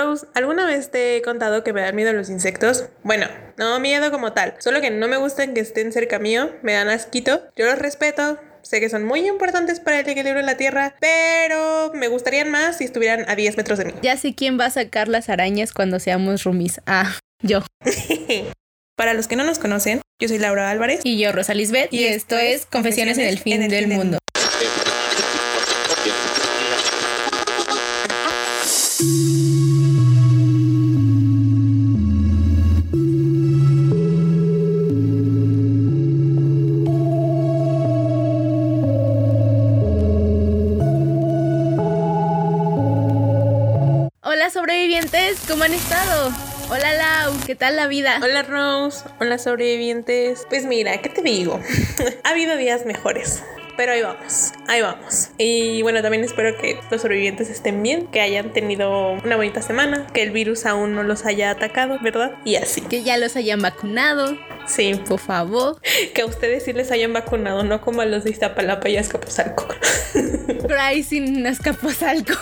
Rose, ¿alguna vez te he contado que me dan miedo los insectos? Bueno, no miedo como tal, solo que no me gustan que estén cerca mío, me dan asquito. Yo los respeto, sé que son muy importantes para el equilibrio de la Tierra, pero me gustarían más si estuvieran a 10 metros de mí. Ya sé quién va a sacar las arañas cuando seamos roomies. Yo. Para los que no nos conocen, yo soy Laura Álvarez. Y yo, Rosa Lisbeth. Y esto es Confesiones en el Fin del Mundo. Hola sobrevivientes, ¿cómo han estado? Hola Lau, ¿qué tal la vida? Hola Rose, hola sobrevivientes. Pues mira, ¿qué te digo? Ha habido días mejores, pero ahí vamos. Y bueno, también espero que los sobrevivientes estén bien, que hayan tenido una bonita semana, que el virus aún no los haya atacado, ¿verdad? Y así. Que ya los hayan vacunado. Sí. Por favor. Que a ustedes sí les hayan vacunado, no como a los de Iztapalapa y Azcapotzalco. Crying Azcapotzalco.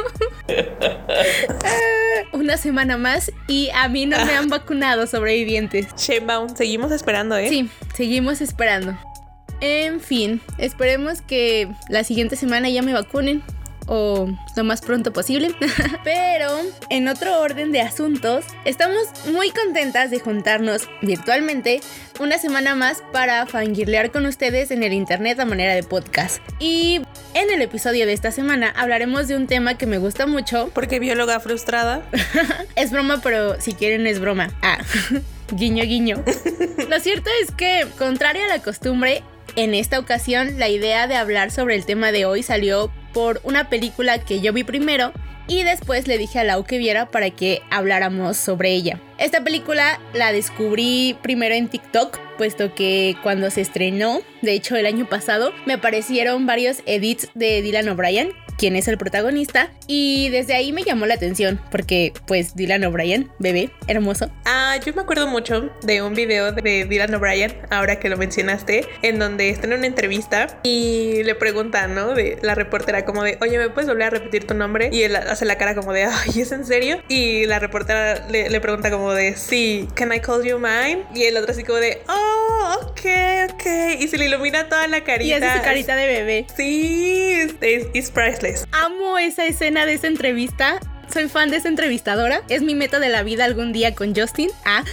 Una semana más y a mí no me han vacunado, sobrevivientes. Sheinbaum, seguimos esperando, ¿eh? Sí, seguimos esperando. En fin, esperemos que la siguiente semana ya me vacunen o lo más pronto posible. Pero en otro orden de asuntos, estamos muy contentas de juntarnos virtualmente una semana más para fangirlear con ustedes en el internet a manera de podcast. Y en el episodio de esta semana hablaremos de un tema que me gusta mucho. Porque bióloga frustrada. Es broma, pero si quieren es broma. Guiño, guiño. Lo cierto es que, contrario a la costumbre, en esta ocasión la idea de hablar sobre el tema de hoy salió por una película que yo vi primero y después le dije a Lau que viera para que habláramos sobre ella. Esta película la descubrí primero en TikTok, puesto que cuando se estrenó, de hecho el año pasado, me aparecieron varios edits de Dylan O'Brien, quien es el protagonista, y desde ahí me llamó la atención, porque pues Dylan O'Brien, bebé, hermoso. Yo me acuerdo mucho de un video de Dylan O'Brien, ahora que lo mencionaste, en donde está en una entrevista y le preguntan, ¿no? De la reportera como de, oye, ¿me puedes volver a repetir tu nombre? Y él hace la cara como de, ay, ¿es en serio? Y la reportera le pregunta como de, sí, can I call you mine? Y el otro así como de, oh, ok. Y se le ilumina toda la carita. Y hace su carita de bebé. Sí, es priceless. Amo esa escena de esa entrevista. Soy fan de esa entrevistadora. Es mi meta de la vida algún día con Justin.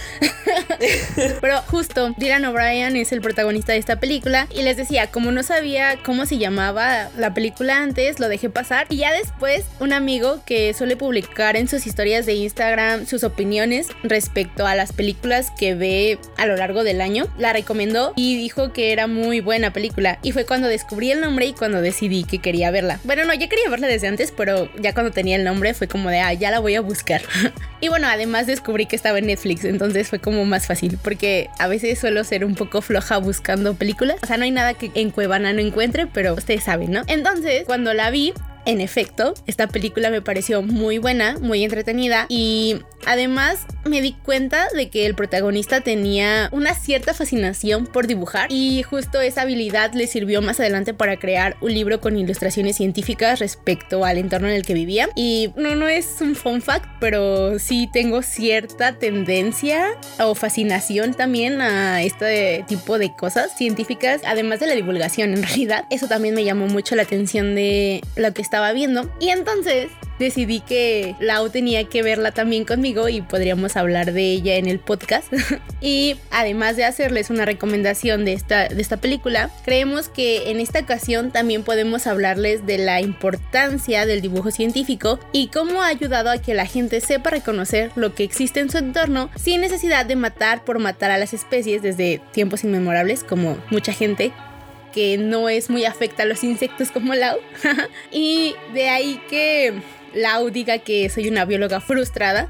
Pero justo, Dylan O'Brien es el protagonista de esta película. Y les decía, como no sabía cómo se llamaba la película antes, lo dejé pasar. Y ya después, un amigo que suele publicar en sus historias de Instagram sus opiniones respecto a las películas que ve a lo largo del año, la recomendó y dijo que era muy buena película. Y fue cuando descubrí el nombre y cuando decidí que quería verla. Bueno, no, ya quería verla desde antes, pero ya cuando tenía el nombre fue como de, ya la voy a buscar. Y bueno, además descubrí que estaba en Netflix, entonces fue como más fácil, porque a veces suelo ser un poco floja buscando películas. O sea, no hay nada que en Cuevana no encuentre, pero ustedes saben, ¿no? Entonces, cuando la vi, en efecto, esta película me pareció muy buena, muy entretenida y además me di cuenta de que el protagonista tenía una cierta fascinación por dibujar y justo esa habilidad le sirvió más adelante para crear un libro con ilustraciones científicas respecto al entorno en el que vivía. Y no es un fun fact, pero sí tengo cierta tendencia o fascinación también a este tipo de cosas científicas, además de la divulgación en realidad. Eso también me llamó mucho la atención de lo que estaba viendo y entonces decidí que Lau tenía que verla también conmigo y podríamos hablar de ella en el podcast. Y además de hacerles una recomendación de esta película, creemos que en esta ocasión también podemos hablarles de la importancia del dibujo científico y cómo ha ayudado a que la gente sepa reconocer lo que existe en su entorno sin necesidad de matar por matar a las especies desde tiempos inmemorables, como mucha gente que no es muy afecta a los insectos como Lau. Y de ahí que Lau diga que soy una bióloga frustrada,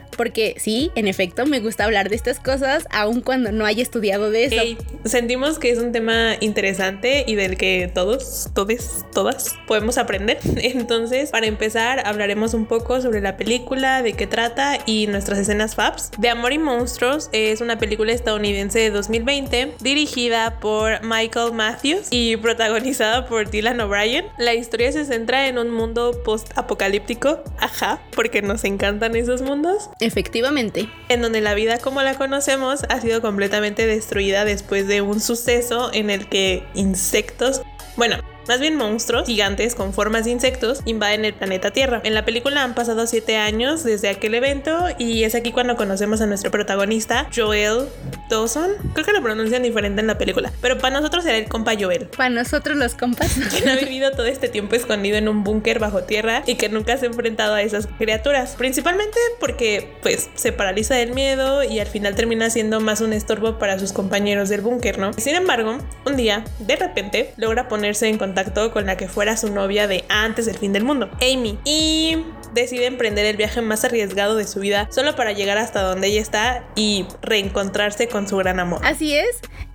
porque sí, en efecto, me gusta hablar de estas cosas aun cuando no haya estudiado de eso. Sentimos que es un tema interesante y del que todas podemos aprender. Entonces, para empezar, hablaremos un poco sobre la película, de qué trata y nuestras escenas faps. De Amor y Monstruos es una película estadounidense de 2020 dirigida por Michael Matthews y protagonizada por Dylan O'Brien. La historia se centra en un mundo post-apocalíptico, porque nos encantan esos mundos. Efectivamente. En donde la vida como la conocemos ha sido completamente destruida después de un suceso en el que más bien monstruos gigantes con formas de insectos invaden el planeta Tierra. En la película han pasado 7 años desde aquel evento y es aquí cuando conocemos a nuestro protagonista, Joel Dawson. Creo que lo pronuncian diferente en la película, pero para nosotros era el compa Joel. Para nosotros los compas. Quien ha vivido todo este tiempo escondido en un búnker bajo tierra y que nunca se ha enfrentado a esas criaturas. Principalmente porque se paraliza del miedo y al final termina siendo más un estorbo para sus compañeros del búnker, ¿no? Sin embargo, un día, de repente, logra ponerse en contacto con la que fuera su novia de antes del fin del mundo, Amy, y decide emprender el viaje más arriesgado de su vida solo para llegar hasta donde ella está y reencontrarse con su gran amor. Así es.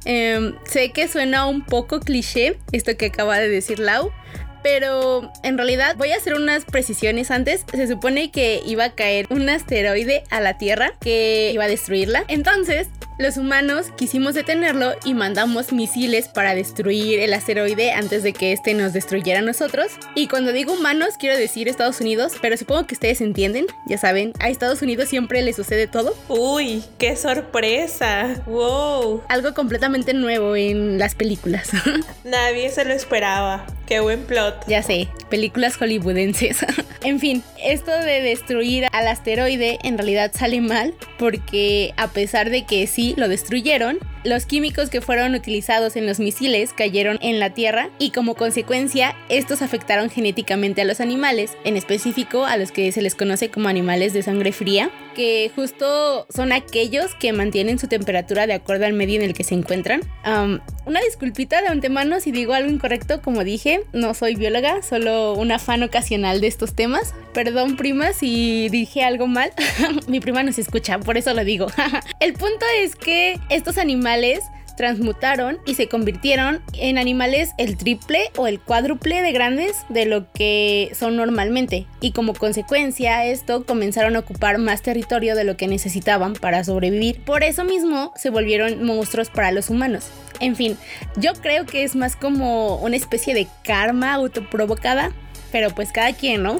Sé que suena un poco cliché esto que acaba de decir Lau, pero en realidad voy a hacer unas precisiones antes. Se supone que iba a caer un asteroide a la Tierra que iba a destruirla. Entonces, los humanos quisimos detenerlo y mandamos misiles para destruir el asteroide antes de que este nos destruyera a nosotros. Y cuando digo humanos, quiero decir Estados Unidos, pero supongo que ustedes entienden. Ya saben, a Estados Unidos siempre le sucede todo. ¡Uy, qué sorpresa! ¡Wow! Algo completamente nuevo en las películas. Nadie se lo esperaba. ¡Qué buen plot! Ya sé, películas hollywoodenses. En fin, esto de destruir al asteroide en realidad sale mal porque a pesar de que sí lo destruyeron, los químicos que fueron utilizados en los misiles cayeron en la Tierra y como consecuencia estos afectaron genéticamente a los animales, en específico a los que se les conoce como animales de sangre fría, que justo son aquellos que mantienen su temperatura de acuerdo al medio en el que se encuentran. Una disculpita de antemano si digo algo incorrecto, como dije, no soy bióloga, solo una fan ocasional de estos temas. Perdón, prima, si dije algo mal. Mi prima nos escucha, por eso lo digo. El punto es que estos animales transmutaron y se convirtieron en animales el triple o el cuádruple de grandes de lo que son normalmente, y como consecuencia esto comenzaron a ocupar más territorio de lo que necesitaban para sobrevivir. Por eso mismo se volvieron monstruos para los humanos. En fin, yo creo que es más como una especie de karma autoprovocada, pero pues cada quien, ¿no?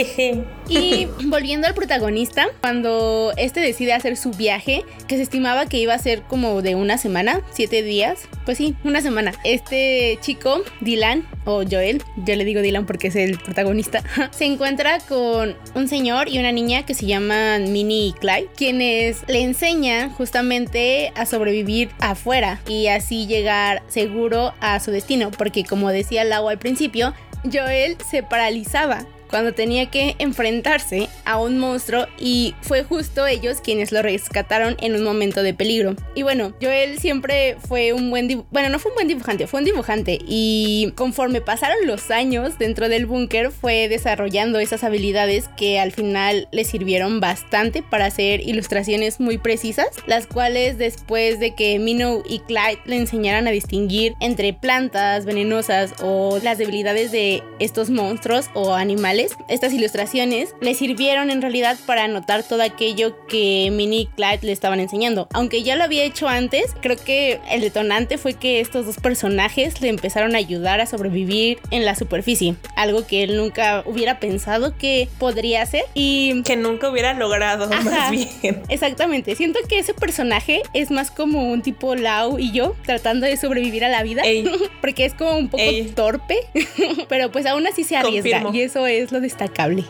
Y volviendo al protagonista, cuando este decide hacer su viaje, que se estimaba que iba a ser como de una semana, 7 días, pues sí, una semana. Este chico, Dylan, o Joel, yo le digo Dylan porque es el protagonista, se encuentra con un señor y una niña que se llaman Minnie y Clyde, quienes le enseñan justamente a sobrevivir afuera y así llegar seguro a su destino, porque como decía Lau al principio, Joel se paralizaba cuando tenía que enfrentarse a un monstruo y fue justo ellos quienes lo rescataron en un momento de peligro. Y bueno, Joel siempre fue un buen no fue un buen dibujante, fue un dibujante, y conforme pasaron los años dentro del búnker fue desarrollando esas habilidades que al final le sirvieron bastante para hacer ilustraciones muy precisas, las cuales después de que Minnie y Clyde le enseñaran a distinguir entre plantas venenosas o las debilidades de estos monstruos o animales, estas ilustraciones le sirvieron en realidad para anotar todo aquello que Minnie y Clyde le estaban enseñando. Aunque ya lo había hecho antes, creo que el detonante fue que estos dos personajes le empezaron a ayudar a sobrevivir en la superficie, algo que él nunca hubiera pensado que podría hacer y que nunca hubiera logrado. Ajá, más bien. Exactamente, siento que ese personaje es más como un tipo Lau y yo tratando de sobrevivir a la vida, porque es como un poco torpe, pero pues aún así se arriesga. Confirmo. Y eso es lo destacable.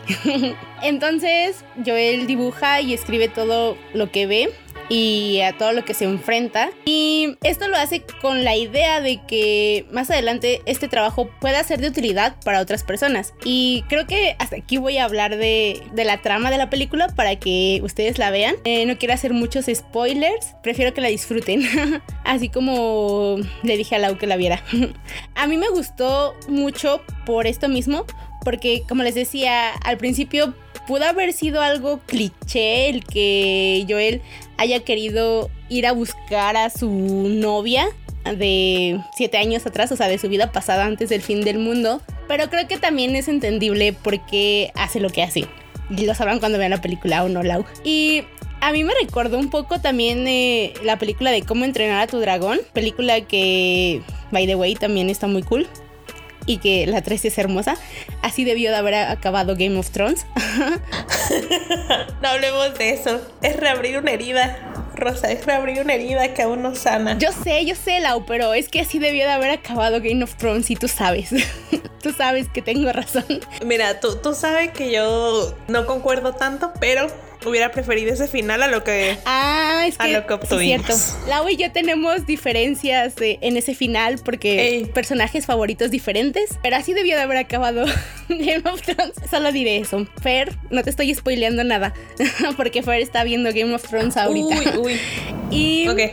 Entonces Joel dibuja y escribe todo lo que ve y a todo lo que se enfrenta, y esto lo hace con la idea de que más adelante este trabajo pueda ser de utilidad para otras personas. Y creo que hasta aquí voy a hablar de la trama de la película para que ustedes la vean. No quiero hacer muchos spoilers, prefiero que la disfruten. Así como le dije a Lau que la viera. A mí me gustó mucho por esto mismo, porque como les decía al principio, pudo haber sido algo cliché el que Joel haya querido ir a buscar a su novia de 7 años atrás, o sea, de su vida pasada antes del fin del mundo, pero creo que también es entendible por qué hace lo que hace. Y lo sabrán cuando vean la película o no, Lau. Y a mí me recordó un poco también la película de Cómo entrenar a tu dragón, película que, by the way, también está muy cool y que la 3 es hermosa. Así debió de haber acabado Game of Thrones. No hablemos de eso. Es reabrir una herida, Rosa, es reabrir una herida que aún no sana. Yo sé, Lau, pero es que así debió de haber acabado Game of Thrones y tú sabes. Tú sabes que tengo razón. Mira, tú sabes que yo no concuerdo tanto, pero hubiera preferido ese final a lo que es que obtuvimos. Es cierto. Lau y yo tenemos diferencias en ese final porque personajes favoritos diferentes, pero así debió de haber acabado Game of Thrones. Solo diré eso. Fer, no te estoy spoileando nada porque Fer está viendo Game of Thrones ahorita. Uy. Y... Ok.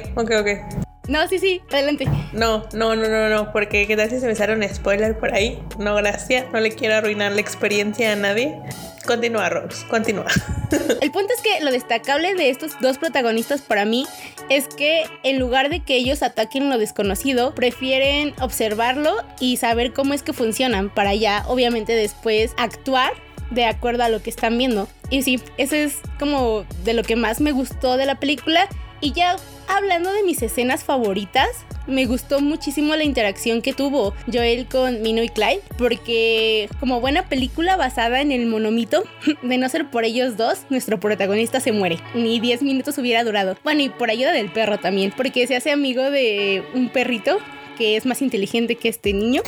No, sí, adelante. No, porque qué tal si se me sale un spoiler por ahí. No, gracias, no le quiero arruinar la experiencia a nadie. Continúa, Rose, continúa. El punto es que lo destacable de estos dos protagonistas para mí es que en lugar de que ellos ataquen lo desconocido, prefieren observarlo y saber cómo es que funcionan para ya, obviamente, después actuar de acuerdo a lo que están viendo. Y sí, eso es como de lo que más me gustó de la película. Y ya hablando de mis escenas favoritas, me gustó muchísimo la interacción que tuvo Joel con Mino y Clyde, porque como buena película basada en el monomito, de no ser por ellos dos, nuestro protagonista se muere. Ni 10 minutos hubiera durado. Bueno, y por ayuda del perro también, porque se hace amigo de un perrito que es más inteligente que este niño.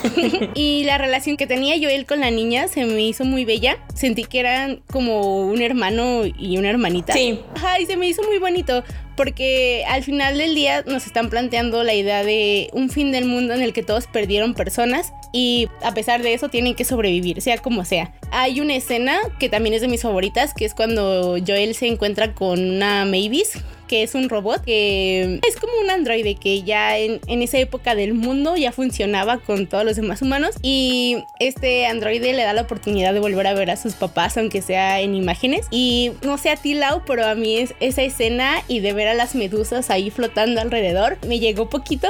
Y la relación que tenía Joel con la niña se me hizo muy bella. Sentí que eran como un hermano y una hermanita. Sí. Ajá, y se me hizo muy bonito porque al final del día nos están planteando la idea de un fin del mundo en el que todos perdieron personas y a pesar de eso tienen que sobrevivir, sea como sea. Hay una escena que también es de mis favoritas, que es cuando Joel se encuentra con una Mavis, que es un robot que es como un androide que ya en esa época del mundo ya funcionaba con todos los demás humanos, y este androide le da la oportunidad de volver a ver a sus papás aunque sea en imágenes. Y no sé a ti, Lau, pero a mí es esa escena y de ver a las medusas ahí flotando alrededor me llegó poquito,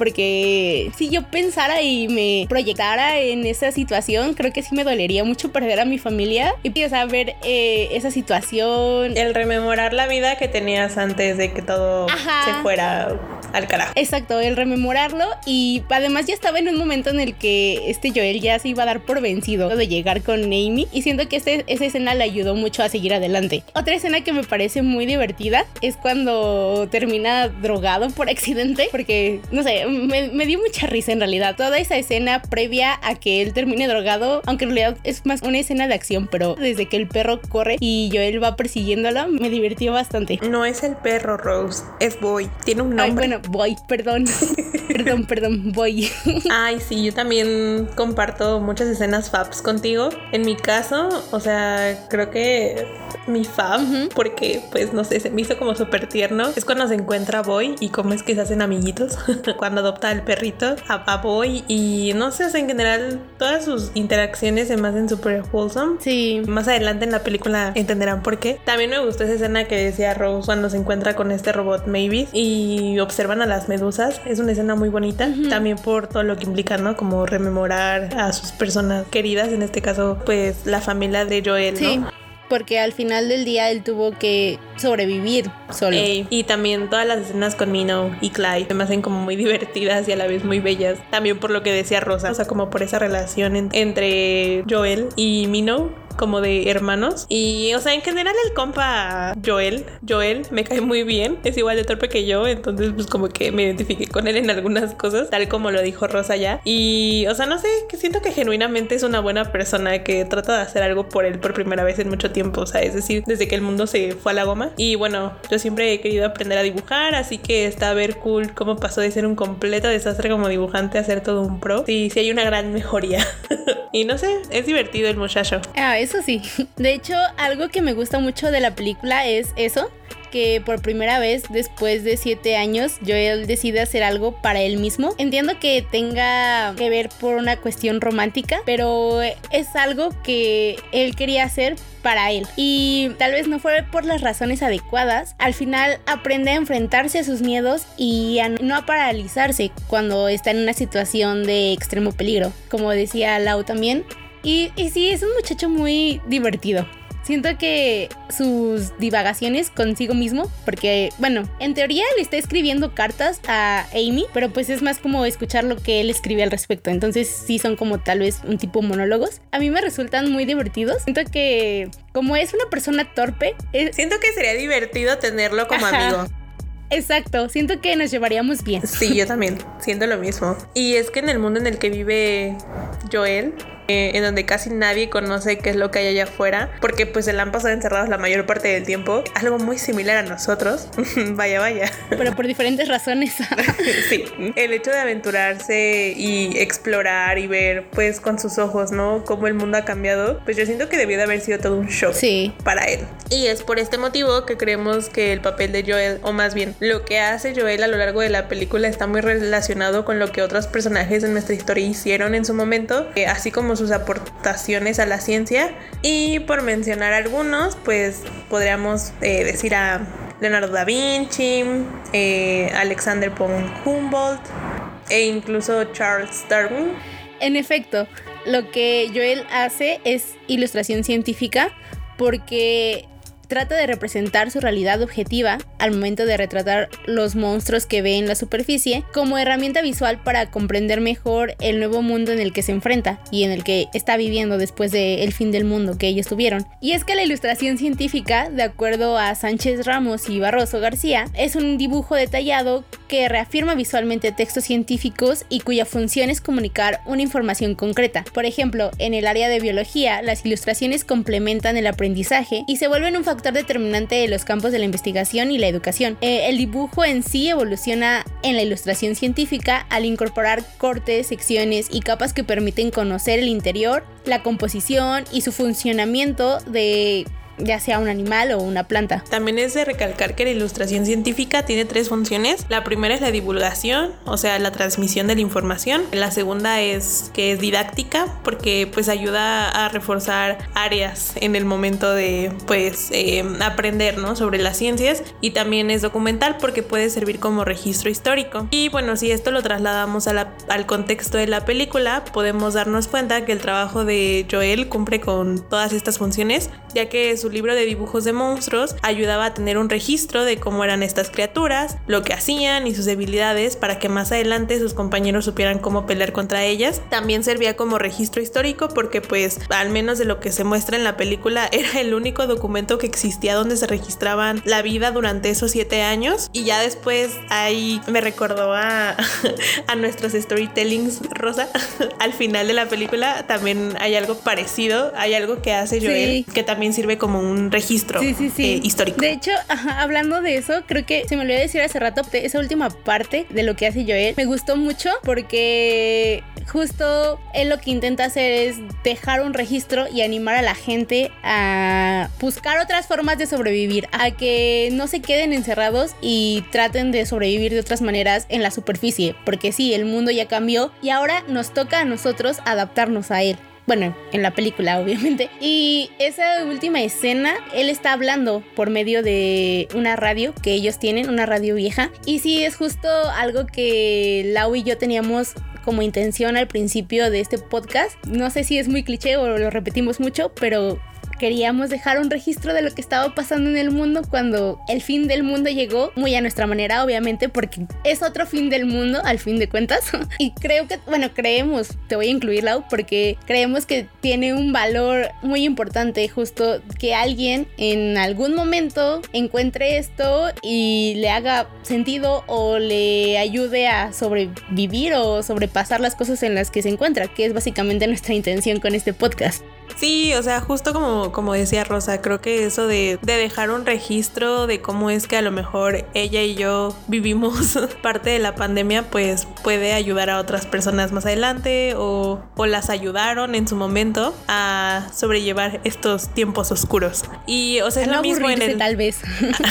porque si yo pensara y me proyectara en esa situación, creo que sí me dolería mucho perder a mi familia y ver esa situación. El rememorar la vida que tenías antes de que todo se fuera al carajo. Exacto, el rememorarlo, y además ya estaba en un momento en el que este Joel ya se iba a dar por vencido de llegar con Amy, y siento que esa escena le ayudó mucho a seguir adelante. Otra escena que me parece muy divertida es cuando termina drogado por accidente, porque no sé, me dio mucha risa en realidad. Toda esa escena previa a que él termine drogado, aunque en realidad es más una escena de acción, pero desde que el perro corre y Joel va persiguiéndolo, me divirtió bastante. No es el perro, Rose, es Boy. Tiene un nombre. Ay, bueno, Boy, perdón. perdón, Boy. Ay, sí, yo también comparto muchas escenas faps contigo. En mi caso, o sea, creo que mi fab, porque pues no sé, se me hizo como súper tierno, es cuando se encuentra Boy y cómo es que se hacen amiguitos. Cuando adopta al perrito, a Boy, y no sé, o sea, en general todas sus interacciones se me hacen súper wholesome. Sí. Más adelante en la película entenderán por qué. También me gustó esa escena que decía Rose cuando se encuentra con este robot Mavis y observan a las medusas. Es una escena muy bonita, también por todo lo que implica, ¿no? Como rememorar a sus personas queridas, en este caso pues la familia de Joel, ¿no? Sí. Porque al final del día él tuvo que sobrevivir solo. Y también todas las escenas con Mino y Clyde me hacen como muy divertidas y a la vez muy bellas. También por lo que decía Rosa, o sea, como por esa relación entre Joel y Mino, como de hermanos. Y, o sea, en general el compa Joel me cae muy bien. Es igual de torpe que yo, entonces pues como que me identifiqué con él en algunas cosas, tal como lo dijo Rosa ya. Y, o sea, no sé, que siento que genuinamente es una buena persona que trata de hacer algo por él por primera vez en mucho tiempo. O sea, es decir, desde que el mundo se fue a la goma. Y bueno, yo siempre he querido aprender a dibujar, así que está a ver cool cómo pasó de ser un completo desastre como dibujante a ser todo un pro. Sí hay una gran mejoría. Y no sé, es divertido el muchacho. Eso sí. De hecho, algo que me gusta mucho de la película es eso, que por primera vez después de 7 años Joel decide hacer algo para él mismo. Entiendo que tenga que ver por una cuestión romántica, pero es algo que él quería hacer para él, y tal vez no fue por las razones adecuadas. Al final aprende a enfrentarse a sus miedos y a no a paralizarse cuando está en una situación de extremo peligro, como decía Lau también. Y sí, es un muchacho muy divertido. Siento que sus divagaciones consigo mismo, porque, bueno, en teoría le está escribiendo cartas a Amy, pero pues es más como escuchar lo que él escribe al respecto. Entonces sí son como tal vez un tipo monólogos. A mí me resultan muy divertidos. Siento que como es una persona torpe... Siento que sería divertido tenerlo como amigo. Exacto, siento que nos llevaríamos bien. Sí, yo también, siento lo mismo. Y es que en el mundo en el que vive Joel, en donde casi nadie conoce qué es lo que hay allá afuera, porque pues se la han pasado encerrados la mayor parte del tiempo, algo muy similar a nosotros. Vaya. Pero por diferentes razones. Sí, el hecho de aventurarse y explorar y ver pues con sus ojos, ¿no? Cómo el mundo ha cambiado, pues yo siento que debió de haber sido todo un shock para él. Y es por este motivo que creemos que el papel de Joel, o más bien lo que hace Joel a lo largo de la película, está muy relacionado con lo que otros personajes en nuestra historia hicieron en su momento, así como sus aportaciones a la ciencia. Y por mencionar algunos, pues podríamos decir a Leonardo da Vinci, Alexander von Humboldt e incluso Charles Darwin. En efecto, lo que Joel hace es ilustración científica porque trata de representar su realidad objetiva al momento de retratar los monstruos que ve en la superficie como herramienta visual para comprender mejor el nuevo mundo en el que se enfrenta y en el que está viviendo después del fin del mundo que ellos tuvieron. Y es que la ilustración científica, de acuerdo a Sánchez Ramos y Barroso García, es un dibujo detallado que reafirma visualmente textos científicos y cuya función es comunicar una información concreta. Por ejemplo, en el área de biología, las ilustraciones complementan el aprendizaje y se vuelven un factor determinante de los campos de la investigación y la educación. El dibujo en sí evoluciona en la ilustración científica al incorporar cortes, secciones y capas que permiten conocer el interior, la composición y su funcionamiento de ya sea un animal o una planta. También es de recalcar que la ilustración científica tiene 3 funciones. La primera es la divulgación, o sea, la transmisión de la información. La segunda es que es didáctica, porque pues ayuda a reforzar áreas en el momento de pues aprender, ¿no?, sobre las ciencias. Y también es documental porque puede servir como registro histórico. Y bueno, si esto lo trasladamos al contexto de la película, podemos darnos cuenta que el trabajo de Joel cumple con todas estas funciones, ya que su libro de dibujos de monstruos ayudaba a tener un registro de cómo eran estas criaturas, lo que hacían y sus debilidades para que más adelante sus compañeros supieran cómo pelear contra ellas. También servía como registro histórico porque pues al menos de lo que se muestra en la película era el único documento que existía donde se registraban la vida durante esos 7 años. Y ya después ahí me recordó a nuestros storytellings, Rosa. Al final de la película también hay algo parecido, hay algo que hace Joel que también sirve como un registro histórico. De hecho, hablando de eso, creo que se me olvidó decir hace rato, esa última parte de lo que hace Joel me gustó mucho porque justo él lo que intenta hacer es dejar un registro y animar a la gente a buscar otras formas de sobrevivir, a que no se queden encerrados y traten de sobrevivir de otras maneras en la superficie, porque sí, el mundo ya cambió y ahora nos toca a nosotros adaptarnos a él. Bueno, en la película, obviamente. Y esa última escena, él está hablando por medio de una radio que ellos tienen, una radio vieja. Y sí, es justo algo que Lau y yo teníamos como intención al principio de este podcast. No sé si es muy cliché o lo repetimos mucho, pero queríamos dejar un registro de lo que estaba pasando en el mundo cuando el fin del mundo llegó, muy a nuestra manera, obviamente, porque es otro fin del mundo, al fin de cuentas. Y creo que, bueno, creemos, te voy a incluir, Lau, porque creemos que tiene un valor muy importante justo que alguien en algún momento encuentre esto y le haga sentido o le ayude a sobrevivir o sobrepasar las cosas en las que se encuentra, que es básicamente nuestra intención con este podcast. Sí, o sea, justo como decía Rosa, creo que eso de dejar un registro de cómo es que a lo mejor ella y yo vivimos parte de la pandemia, pues puede ayudar a otras personas más adelante o las ayudaron en su momento a sobrellevar estos tiempos oscuros. Y, o sea, es no lo mismo en el... tal vez.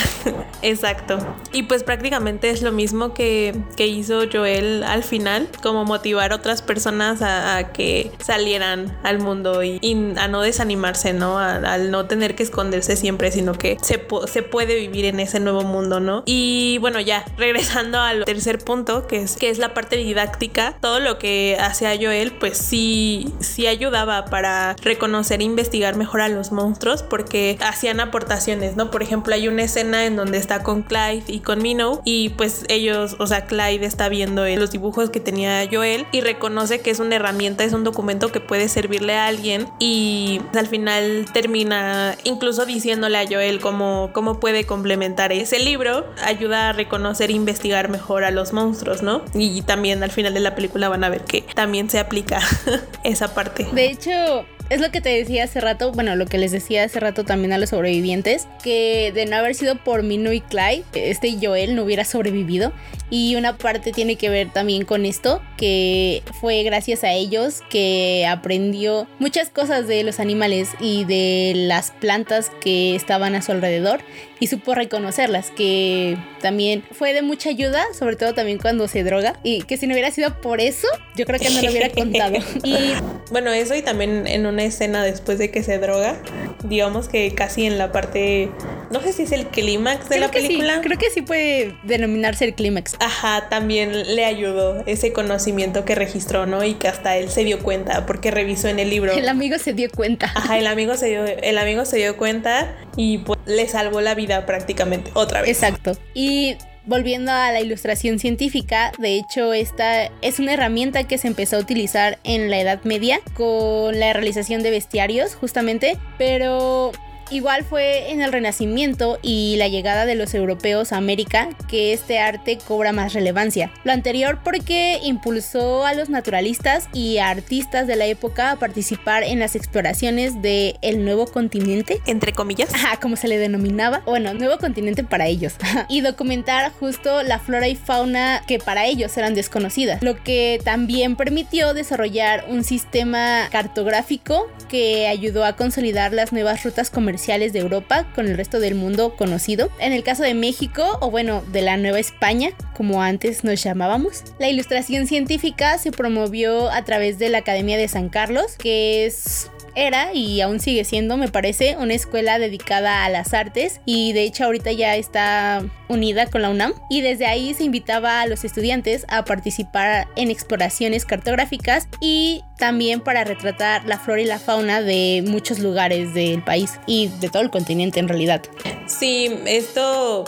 Exacto. Y pues prácticamente es lo mismo que hizo Joel al final, como motivar a otras personas a que salieran al mundo y a no desanimarse, ¿no? Al no tener que esconderse siempre, sino que se puede vivir en ese nuevo mundo, ¿no? Y bueno, ya regresando al tercer punto, que es la parte didáctica, todo lo que hacía Joel, pues sí ayudaba para reconocer e investigar mejor a los monstruos, porque hacían aportaciones, ¿no? Por ejemplo, hay una escena en donde está con Clyde y con Minnow y pues ellos, o sea, Clyde está viendo los dibujos que tenía Joel y reconoce que es una herramienta, es un documento que puede servirle a alguien y al final termina incluso diciéndole a Joel cómo puede complementar ese libro, ayuda a reconocer e investigar mejor a los monstruos, ¿no? Y también al final de la película van a ver que también se aplica esa parte. De hecho, es lo que te decía hace rato, bueno, lo que les decía hace rato también a los sobrevivientes, que de no haber sido por Minnow y Clyde, Joel no hubiera sobrevivido. Y una parte tiene que ver también con esto, que fue gracias a ellos que aprendió muchas cosas de los animales y de las plantas que estaban a su alrededor y supo reconocerlas, que también fue de mucha ayuda, sobre todo también cuando se droga, y que si no hubiera sido por eso, yo creo que no lo hubiera contado. Y bueno, eso y también en una escena después de que se droga, digamos que casi en la parte, no sé si es el clímax de la película. Sí, creo que sí puede denominarse el clímax. Ajá, también le ayudó ese conocimiento que registró, ¿no? Y que hasta él se dio cuenta porque revisó en el libro. El amigo se dio cuenta. Ajá, el amigo se dio cuenta y pues le salvó la vida prácticamente otra vez. Exacto. Y volviendo a la ilustración científica, de hecho esta es una herramienta que se empezó a utilizar en la Edad Media con la realización de bestiarios justamente, pero igual fue en el Renacimiento y la llegada de los europeos a América que este arte cobra más relevancia. Lo anterior porque impulsó a los naturalistas y a artistas de la época a participar en las exploraciones del nuevo continente, entre comillas, como se le denominaba, bueno, nuevo continente para ellos, y documentar justo la flora y fauna que para ellos eran desconocidas, lo que también permitió desarrollar un sistema cartográfico que ayudó a consolidar las nuevas rutas comerciales de Europa con el resto del mundo conocido. En el caso de México, o bueno, de la Nueva España, como antes nos llamábamos, la ilustración científica se promovió a través de la Academia de San Carlos, que era y aún sigue siendo, me parece, una escuela dedicada a las artes y de hecho ahorita ya está unida con la UNAM, y desde ahí se invitaba a los estudiantes a participar en exploraciones cartográficas y también para retratar la flora y la fauna de muchos lugares del país y de todo el continente en realidad. Sí, esto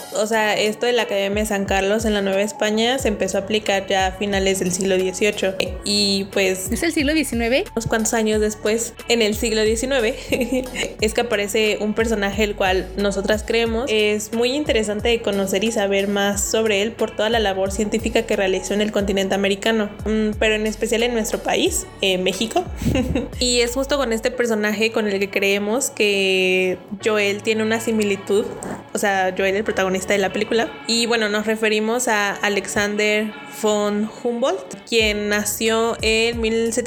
de la Academia de San Carlos en la Nueva España se empezó a aplicar ya a finales del siglo XVIII y pues... ¿Es el siglo XIX? Unos cuantos años después, en el siglo XIX, es que aparece un personaje el cual nosotras creemos. Es muy interesante de conocer y saber más sobre él por toda la labor científica que realizó en el continente americano, pero en especial en nuestro país, México. Y es justo con este personaje con el que creemos que Joel tiene una similitud, o sea, Joel, el protagonista de la película. Y bueno, nos referimos a Alexander von Humboldt, quien nació en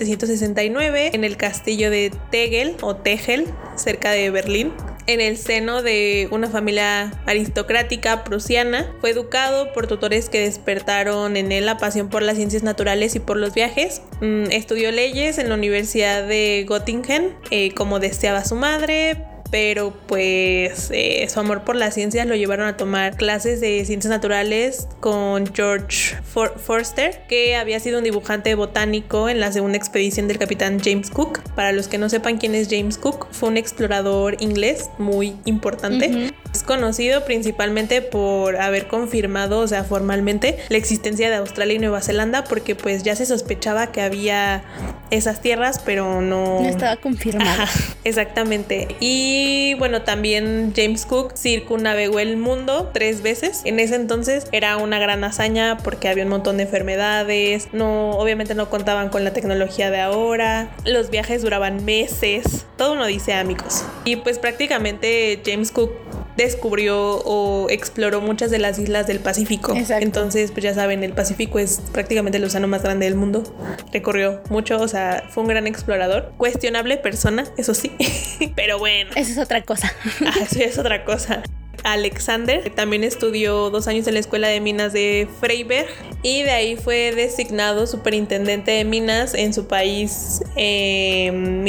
1769 en el castillo de Tegel, cerca de Berlín. En el seno de una familia aristocrática prusiana, fue educado por tutores que despertaron en él la pasión por las ciencias naturales y por los viajes. Estudió leyes en la Universidad de Göttingen, como deseaba su madre, pero pues su amor por las ciencias lo llevaron a tomar clases de ciencias naturales con George Forster, que había sido un dibujante botánico en la segunda expedición del capitán James Cook. Para los que no sepan quién es James Cook, fue un explorador inglés muy importante. Es conocido principalmente por haber confirmado, o sea, formalmente, la existencia de Australia y Nueva Zelanda, porque pues ya se sospechaba que había esas tierras, pero no estaba confirmado. Ajá, exactamente. Y bueno, también James Cook circunnavegó el mundo 3 veces. En ese entonces era una gran hazaña porque había un montón de enfermedades, obviamente no contaban con la tecnología de ahora, los viajes duraban meses, todo uno dice, amigos. Y pues prácticamente James Cook descubrió o exploró muchas de las islas del Pacífico. Exacto. Entonces, pues ya saben, el Pacífico es prácticamente el océano más grande del mundo. Recorrió mucho, o sea, fue un gran explorador. Cuestionable persona, eso sí, pero bueno. Eso es otra cosa. Eso es otra cosa. Alexander también estudió 2 años en la Escuela de Minas de Freiberg y de ahí fue designado superintendente de minas en su país en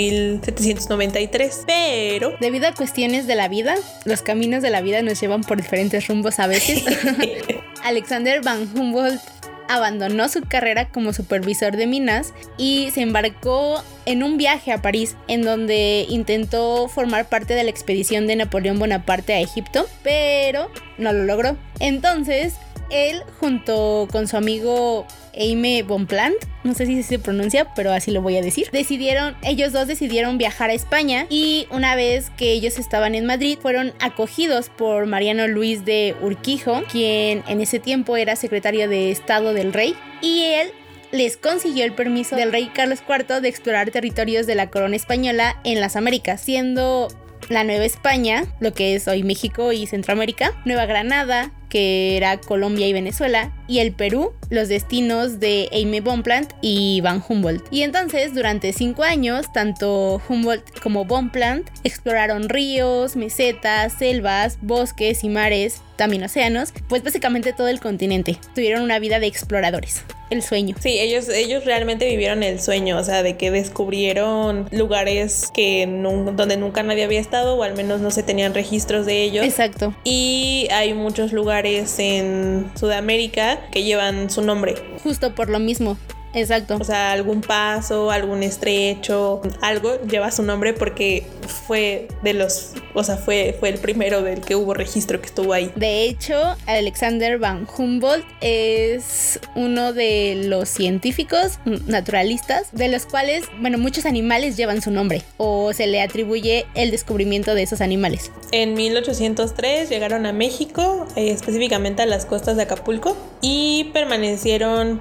1793. Pero debido a cuestiones de la vida, los caminos de la vida nos llevan por diferentes rumbos a veces. Alexander von Humboldt abandonó su carrera como supervisor de minas y se embarcó en un viaje a París, en donde intentó formar parte de la expedición de Napoleón Bonaparte a Egipto, pero no lo logró. Entonces, él, junto con su amigo Aime Bonpland, no sé si se pronuncia, pero así lo voy a decir, ellos dos decidieron viajar a España, y una vez que ellos estaban en Madrid, fueron acogidos por Mariano Luis de Urquijo, quien en ese tiempo era secretario de Estado del rey, y él les consiguió el permiso del rey Carlos IV de explorar territorios de la corona española en las Américas, siendo la Nueva España, lo que es hoy México y Centroamérica, Nueva Granada, que era Colombia y Venezuela, y el Perú, los destinos de Aime Bonpland y Van Humboldt. Y entonces, durante 5 años, tanto Humboldt como Bonpland exploraron ríos, mesetas, selvas, bosques y mares, también océanos, pues básicamente todo el continente. Tuvieron una vida de exploradores. El sueño. Sí, ellos realmente vivieron el sueño, o sea, de que descubrieron lugares donde nunca nadie había estado, o al menos no se tenían registros de ellos. Exacto. Y hay muchos lugares en Sudamérica que llevan su nombre. Justo por lo mismo. Exacto. O sea, algún paso, algún estrecho, algo lleva su nombre porque fue el primero del que hubo registro que estuvo ahí. De hecho, Alexander von Humboldt es uno de los científicos naturalistas de los cuales, muchos animales llevan su nombre o se le atribuye el descubrimiento de esos animales. En 1803 llegaron a México, específicamente a las costas de Acapulco, y permanecieron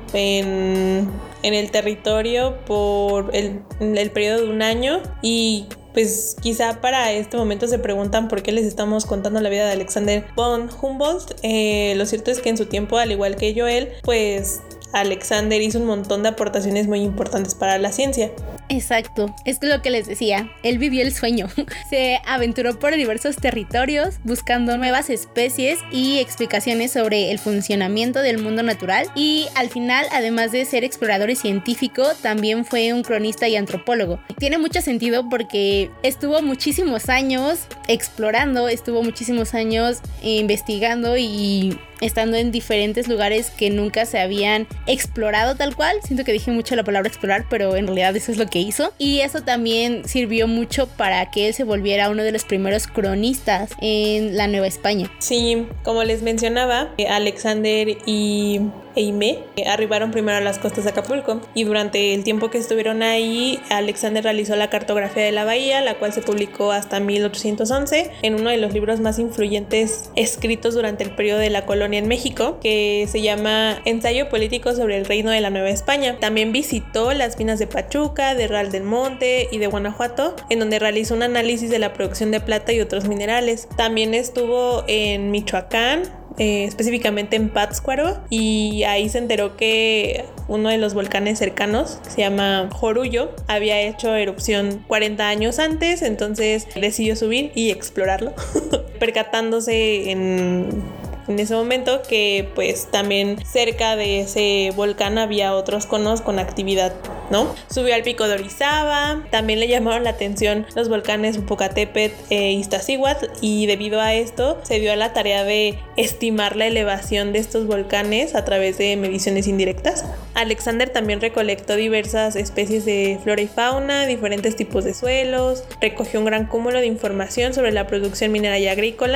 en el territorio por el periodo de 1 año. Y pues quizá para este momento se preguntan por qué les estamos contando la vida de Alexander von Humboldt. Lo cierto es que en su tiempo, al igual que Joel, pues Alexander hizo un montón de aportaciones muy importantes para la ciencia. Exacto, es lo que les decía, él vivió el sueño, se aventuró por diversos territorios buscando nuevas especies y explicaciones sobre el funcionamiento del mundo natural, y al final, además de ser explorador y científico, también fue un cronista y antropólogo. Tiene mucho sentido porque estuvo muchísimos años explorando, estuvo muchísimos años investigando y estando en diferentes lugares que nunca se habían explorado tal cual. Siento que dije mucho la palabra explorar, pero en realidad eso es lo que hizo. Y eso también sirvió mucho para que él se volviera uno de los primeros cronistas en la Nueva España. Sí, como les mencionaba, Alexander y Aime arribaron primero a las costas de Acapulco, y durante el tiempo que estuvieron ahí, Alexander realizó la cartografía de la bahía, la cual se publicó hasta 1811 en uno de los libros más influyentes escritos durante el periodo de la colonia en México, que se llama Ensayo político sobre el reino de la Nueva España. También visitó las minas de Pachuca, de Real del Monte y de Guanajuato, en donde realizó un análisis de la producción de plata y otros minerales. También estuvo en Michoacán, específicamente en Pátzcuaro, y ahí se enteró que uno de los volcanes cercanos, que se llama Jorullo, había hecho erupción 40 años antes. Entonces decidió subir y explorarlo, percatándose en ese momento que pues también cerca de ese volcán había otros conos con actividad, ¿no? Subió al pico de Orizaba. También le llamaron la atención los volcanes Popocatépetl e Iztaccíhuatl, y debido a esto se dio a la tarea de estimar la elevación de estos volcanes a través de mediciones indirectas. Alexander también recolectó diversas especies de flora y fauna, diferentes tipos de suelos, recogió un gran cúmulo de información sobre la producción minera y agrícola,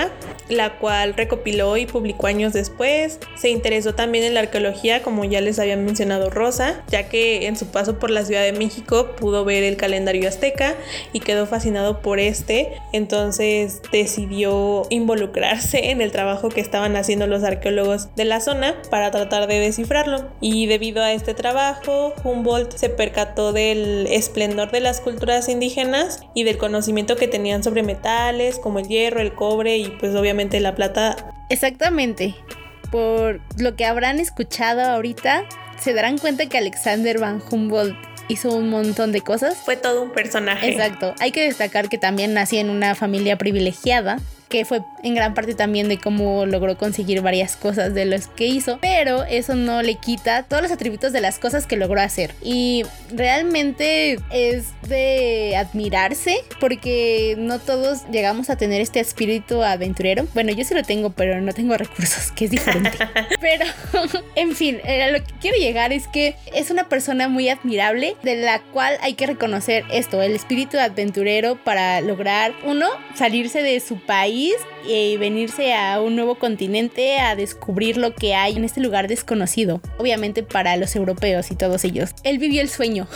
la cual recopiló y publicó años después. Se interesó también en la arqueología, como ya les había mencionado Rosa, ya que en su paso por la Ciudad de México pudo ver el calendario azteca y quedó fascinado por entonces decidió involucrarse en el trabajo que estaban haciendo los arqueólogos de la zona para tratar de descifrarlo. Y debido a este trabajo, Humboldt se percató del esplendor de las culturas indígenas y del conocimiento que tenían sobre metales como el hierro, el cobre y pues obviamente la plata. Exactamente. Por lo que habrán escuchado ahorita, se darán cuenta que Alexander von Humboldt hizo un montón de cosas. Fue todo un personaje. Exacto. Hay que destacar que también nació en una familia privilegiada, que fue en gran parte también de cómo logró conseguir varias cosas de los que hizo, pero eso no le quita todos los atributos de las cosas que logró hacer. Y realmente es de admirarse, porque no todos llegamos a tener este espíritu aventurero. Bueno, yo sí lo tengo, pero no tengo recursos, que es diferente. Pero, en fin, lo que quiero llegar es que es una persona muy admirable, de la cual hay que reconocer esto, el espíritu aventurero para lograr, uno, salirse de su país y venirse a un nuevo continente a descubrir lo que hay en este lugar desconocido, obviamente para los europeos y todos ellos. Él vivió el sueño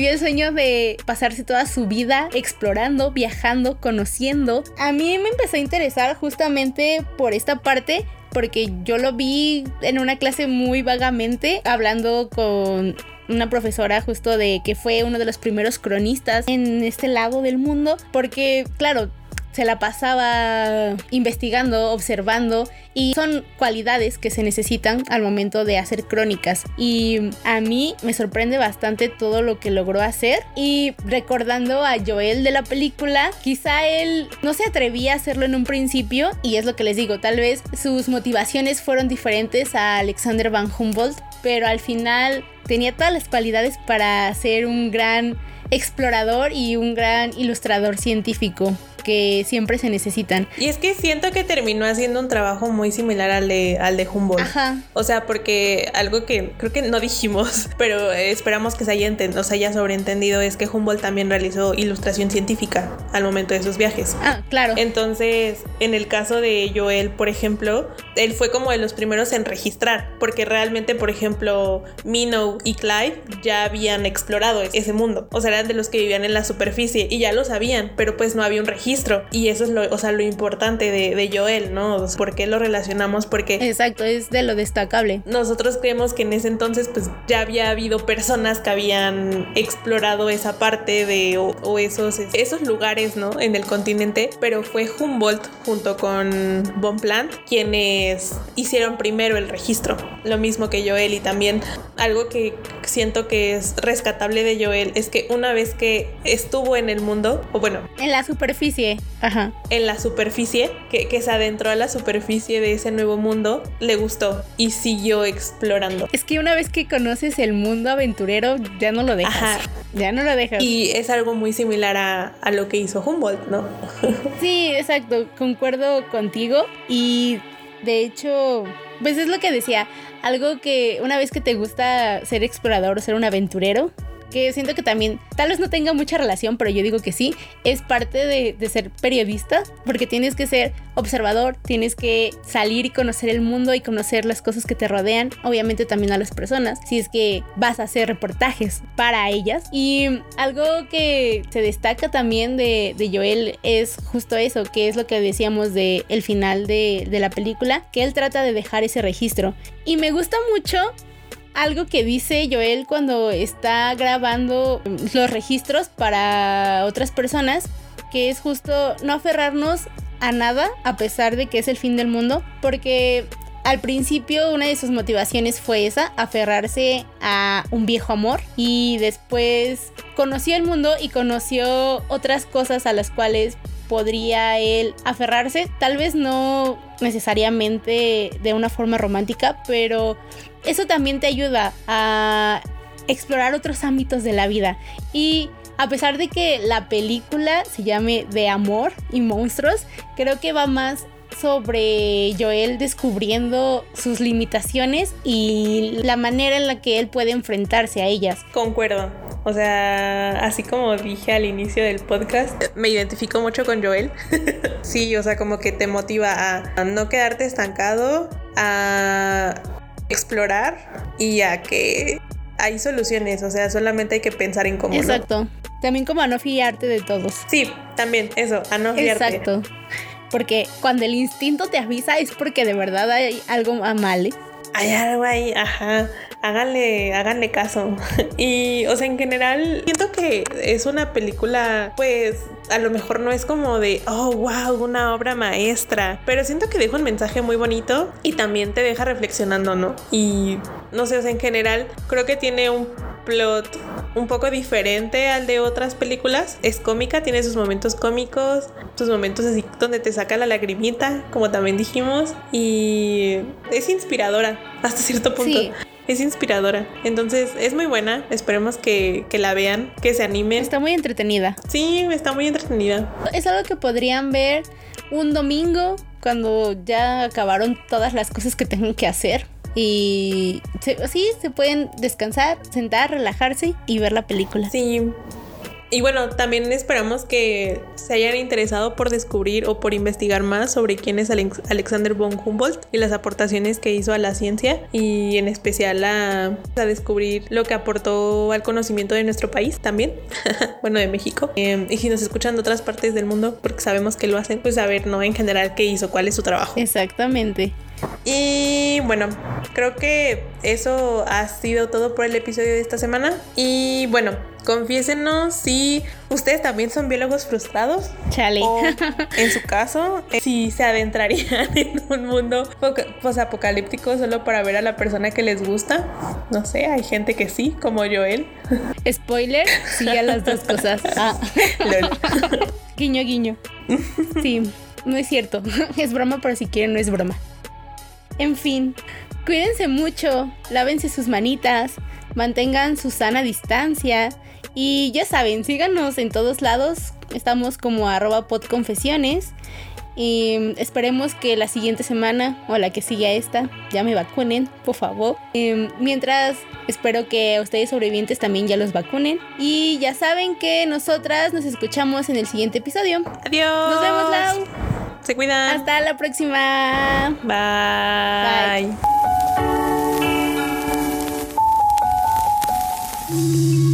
de pasarse toda su vida explorando, viajando, conociendo. A mí me empezó a interesar justamente por esta parte, porque yo lo vi en una clase muy vagamente, hablando con una profesora justo de que fue uno de los primeros cronistas en este lado del mundo, porque claro, se la pasaba investigando, observando, y son cualidades que se necesitan al momento de hacer crónicas. Y a mí me sorprende bastante todo lo que logró hacer. Y recordando a Joel de la película, quizá él no se atrevía a hacerlo en un principio, y es lo que les digo, tal vez sus motivaciones fueron diferentes a Alexander von Humboldt, pero al final tenía todas las cualidades para ser un gran explorador y un gran ilustrador científico, que siempre se necesitan. Y es que siento que terminó haciendo un trabajo muy similar al de Humboldt. Ajá. O sea, porque algo que creo que no dijimos, pero esperamos que se haya sobreentendido, es que Humboldt también realizó ilustración científica al momento de sus viajes. Ah, claro. Entonces, en el caso de Joel, por ejemplo, él fue como de los primeros en registrar, porque realmente, por ejemplo, Minow y Clive ya habían explorado ese mundo. O sea, eran de los que vivían en la superficie y ya lo sabían, pero pues no había un registro. Y eso es lo importante de Joel, ¿no? ¿Por qué lo relacionamos? Porque... Exacto, es de lo destacable. Nosotros creemos que en ese entonces pues ya había habido personas que habían explorado esa parte de o esos lugares, ¿no? En el continente, pero fue Humboldt junto con Bonpland quienes hicieron primero el registro. Lo mismo que Joel, y también algo que siento que es rescatable de Joel es que una vez que estuvo en el mundo, o bueno... En la superficie. Ajá. En la superficie, que se adentró a la superficie de ese nuevo mundo, le gustó y siguió explorando. Es que una vez que conoces el mundo aventurero, ya no lo dejas. Ajá. Ya no lo dejas. Y es algo muy similar a lo que hizo Humboldt, ¿no? Sí, exacto, concuerdo contigo. Y de hecho, pues es lo que decía, algo que una vez que te gusta ser explorador, ser un aventurero, que siento que también, tal vez no tenga mucha relación, pero yo digo que sí, es parte de ser periodista, porque tienes que ser observador, tienes que salir y conocer el mundo y conocer las cosas que te rodean, obviamente también a las personas, si es que vas a hacer reportajes para ellas. Y algo que se destaca también de Joel es justo eso, que es lo que decíamos de el final de la película, que él trata de dejar ese registro. Y me gusta mucho algo que dice Joel cuando está grabando los registros para otras personas, que es justo no aferrarnos a nada a pesar de que es el fin del mundo, porque al principio una de sus motivaciones fue esa, aferrarse a un viejo amor, y después conoció el mundo y conoció otras cosas a las cuales podría él aferrarse, tal vez no necesariamente de una forma romántica, pero eso también te ayuda a explorar otros ámbitos de la vida. Y a pesar de que la película se llame De amor y monstruos, creo que va más sobre Joel descubriendo sus limitaciones y la manera en la que él puede enfrentarse a ellas. Concuerdo. O sea, así como dije al inicio del podcast, me identifico mucho con Joel. Sí, o sea, como que te motiva a no quedarte estancado, a explorar y a que hay soluciones, o sea, solamente hay que pensar en cómo. Exacto. También como a no fiarte de todos. Sí, también, eso, a no fiarte. Exacto. Porque cuando el instinto te avisa es porque de verdad hay algo mal, ¿eh? Hay algo ahí, ajá. Háganle caso. Y, o sea, en general, siento que es una película, pues, a lo mejor no es como de, oh, wow, una obra maestra. Pero siento que deja un mensaje muy bonito y también te deja reflexionando, ¿no? Y, no sé, o sea, en general, creo que tiene un plot un poco diferente al de otras películas. Es cómica, tiene sus momentos cómicos, sus momentos así donde te saca la lagrimita, como también dijimos. Y es inspiradora hasta cierto punto. Sí. Es inspiradora. Entonces es muy buena. Esperemos que la vean, que se animen. Está muy entretenida. Sí, está muy entretenida. Es algo que podrían ver un domingo cuando ya acabaron todas las cosas que tengan que hacer. Y sí, se pueden descansar, sentar, relajarse y ver la película. Sí. Y bueno, también esperamos que se hayan interesado por descubrir o por investigar más sobre quién es Alexander von Humboldt y las aportaciones que hizo a la ciencia y en especial a descubrir lo que aportó al conocimiento de nuestro país también, bueno, de México. Y si nos escuchan de otras partes del mundo, porque sabemos que lo hacen, pues saber, ¿no? En general, qué hizo, cuál es su trabajo. Exactamente. Y bueno, creo que eso ha sido todo por el episodio de esta semana. Y bueno, confiésenos si ustedes también son biólogos frustrados. Chale. O en su caso, si se adentrarían en un mundo posapocalíptico solo para ver a la persona que les gusta. No sé, hay gente que sí, como Joel. Spoiler, sí a las dos cosas. Lol. Guiño, guiño. Sí, no es cierto. Es broma, pero si quieren no es broma. En fin, cuídense mucho, lávense sus manitas, mantengan su sana distancia y ya saben, síganos en todos lados, estamos como @podconfesiones y esperemos que la siguiente semana o la que siga esta ya me vacunen, por favor. Mientras, espero que ustedes sobrevivientes también ya los vacunen y ya saben que nosotras nos escuchamos en el siguiente episodio. Adiós. Nos vemos, Lau. Se cuidan. Hasta la próxima. Bye. Bye.